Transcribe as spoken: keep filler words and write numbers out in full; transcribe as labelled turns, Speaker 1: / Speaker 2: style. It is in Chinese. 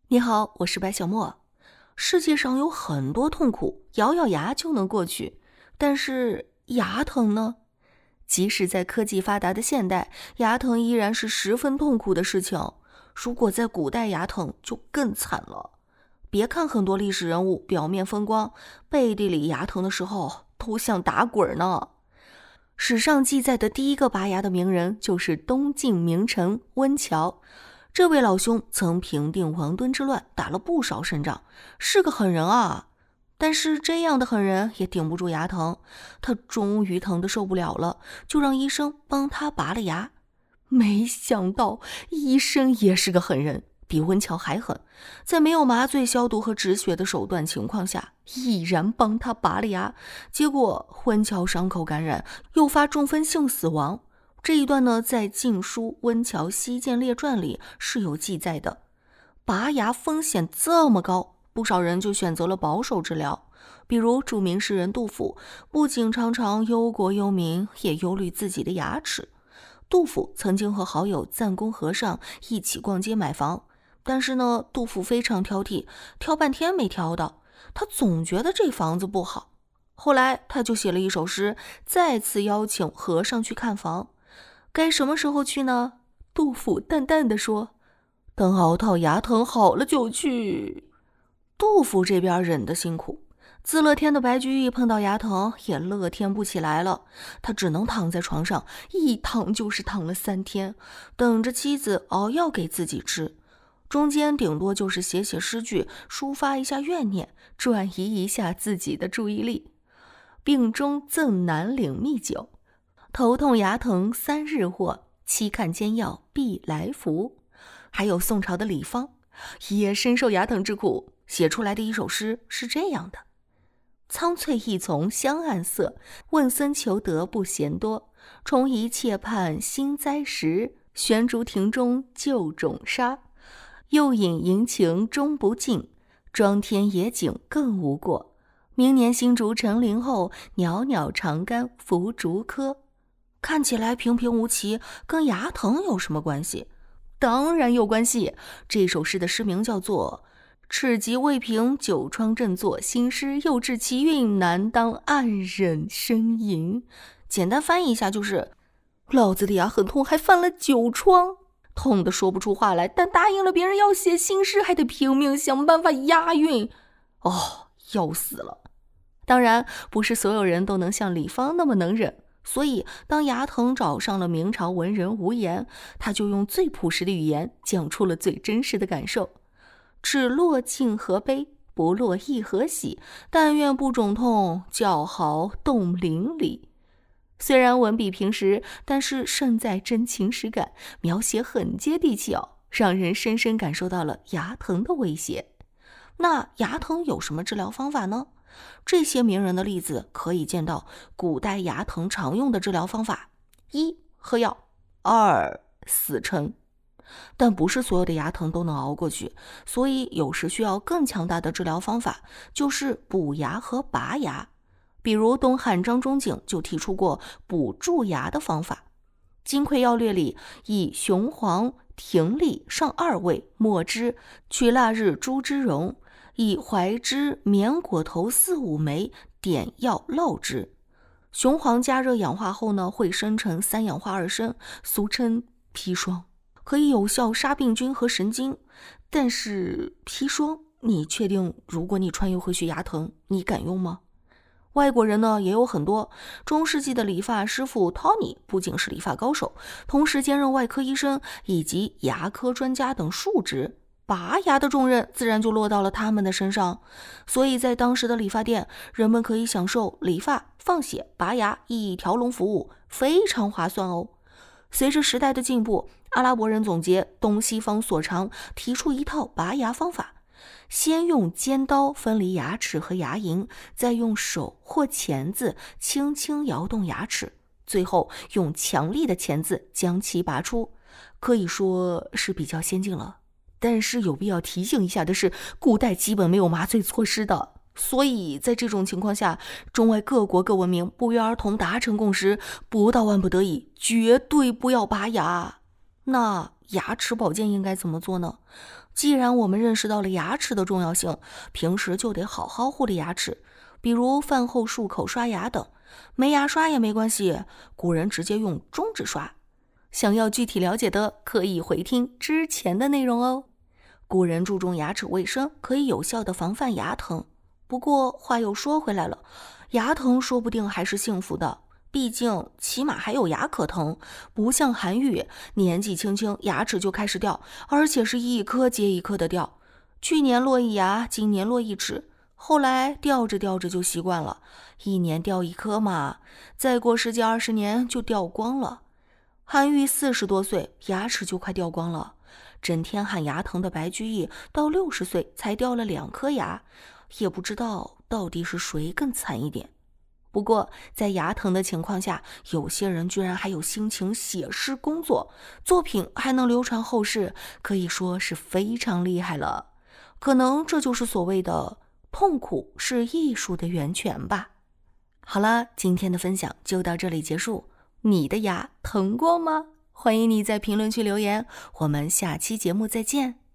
Speaker 1: 你好，我是白小莫。世界上有很多痛苦，咬咬牙就能过去，但是牙疼呢？即使在科技发达的现代，牙疼依然是十分痛苦的事情。如果在古代牙疼就更惨了。别看很多历史人物表面风光，背地里牙疼的时候都像打滚呢。史上记载的第一个拔牙的名人就是东晋名臣温峤。这位老兄曾平定王敦之乱，打了不少胜仗，是个狠人啊。但是这样的狠人也顶不住牙疼，他终于疼得受不了了，就让医生帮他拔了牙。没想到医生也是个狠人，比温峤还狠，在没有麻醉、消毒和止血的手段情况下，毅然帮他拔了牙。结果温峤伤口感染，诱发中风性死亡。这一段呢，在《晋书·温峤西谏列传》里是有记载的。拔牙风险这么高，不少人就选择了保守治疗。比如著名诗人杜甫，不仅常常忧国忧民，也忧虑自己的牙齿。杜甫曾经和好友赞公和尚一起逛街买房，但是呢，杜甫非常挑剔，挑半天没挑到，他总觉得这房子不好。后来他就写了一首诗，再次邀请和尚去看房。该什么时候去呢？杜甫淡淡地说：等熬到牙疼好了就去。杜甫这边忍得辛苦，自乐天的白居易碰到牙疼也乐天不起来了，他只能躺在床上，一躺就是躺了三天，等着妻子熬药给自己吃。中间顶多就是写写诗句，抒发一下怨念，转移一下自己的注意力。病中赠南岭蜜酒，头痛牙疼三日货，期看煎药必来服。还有宋朝的李方，也深受牙疼之苦，写出来的一首诗是这样的：苍翠一丛香暗色，问僧求得不嫌多。重移切盼新栽时，悬竹亭中旧种沙。又引银情终不尽，庄天野景更无过。明年新竹成林后，袅袅长干拂竹柯。看起来平平无奇，跟牙疼有什么关系？当然有关系。这首诗的诗名叫做齿疾未平久疮振作，新诗又至其韵，难当暗忍呻吟。简单翻译一下就是，老子的牙很痛，还犯了久疮，痛得说不出话来，但答应了别人要写新诗，还得拼命想办法押韵。哦，要死了。当然不是所有人都能像李方那么能忍，所以当牙疼找上了明朝文人无言，他就用最朴实的语言讲出了最真实的感受：只落尽何悲，不落亦何喜，但愿不肿痛，叫好冻邻里。虽然文笔平实，但是胜在真情实感，描写很接地气哦，让人深深感受到了牙疼的威胁。那牙疼有什么治疗方法呢？这些名人的例子可以见到古代牙疼常用的治疗方法：一、喝药；二、死撑。但不是所有的牙疼都能熬过去，所以有时需要更强大的治疗方法，就是补牙和拔牙。比如东汉张仲景就提出过补蛀牙的方法。《金匮要略》里以雄黄、葶苈上二味，抹之，取腊日猪之茸，以槐汁、绵果头四五枚，点药烙之。雄黄加热氧化后呢，会生成三氧化二砷，俗称砒霜，可以有效杀病菌和神经。但是砒霜，你确定如果你穿越回去牙疼，你敢用吗？外国人呢也有很多。中世纪的理发师傅 Tony 不仅是理发高手，同时兼任外科医生以及牙科专家等数职，拔牙的重任自然就落到了他们的身上。所以在当时的理发店，人们可以享受理发、放血、拔牙一条龙服务，非常划算哦。随着时代的进步，阿拉伯人总结东西方所长，提出一套拔牙方法：先用尖刀分离牙齿和牙龈，再用手或钳子轻轻摇动牙齿，最后用强力的钳子将其拔出。可以说是比较先进了。但是有必要提醒一下的是，古代基本没有麻醉措施的，所以在这种情况下，中外各国各文明不约而同达成共识，不到万不得已绝对不要拔牙。那牙齿保健应该怎么做呢？既然我们认识到了牙齿的重要性，平时就得好好护理牙齿，比如饭后漱口、刷牙等。没牙刷也没关系，古人直接用中指刷。想要具体了解的，可以回听之前的内容哦。古人注重牙齿卫生，可以有效的防范牙疼。不过话又说回来了，牙疼说不定还是幸福的，毕竟起码还有牙可疼，不像韩愈，年纪轻轻牙齿就开始掉，而且是一颗接一颗的掉。去年落一牙，今年落一齿，后来掉着掉着就习惯了，一年掉一颗嘛，再过十几二十年就掉光了。韩愈四十多岁，牙齿就快掉光了。整天喊牙疼的白居易到六十岁才掉了两颗牙，也不知道到底是谁更惨一点。不过在牙疼的情况下，有些人居然还有心情写诗工作，作品还能流传后世，可以说是非常厉害了。可能这就是所谓的痛苦是艺术的源泉吧。好了，今天的分享就到这里结束。你的牙疼过吗？欢迎你在评论区留言，我们下期节目再见。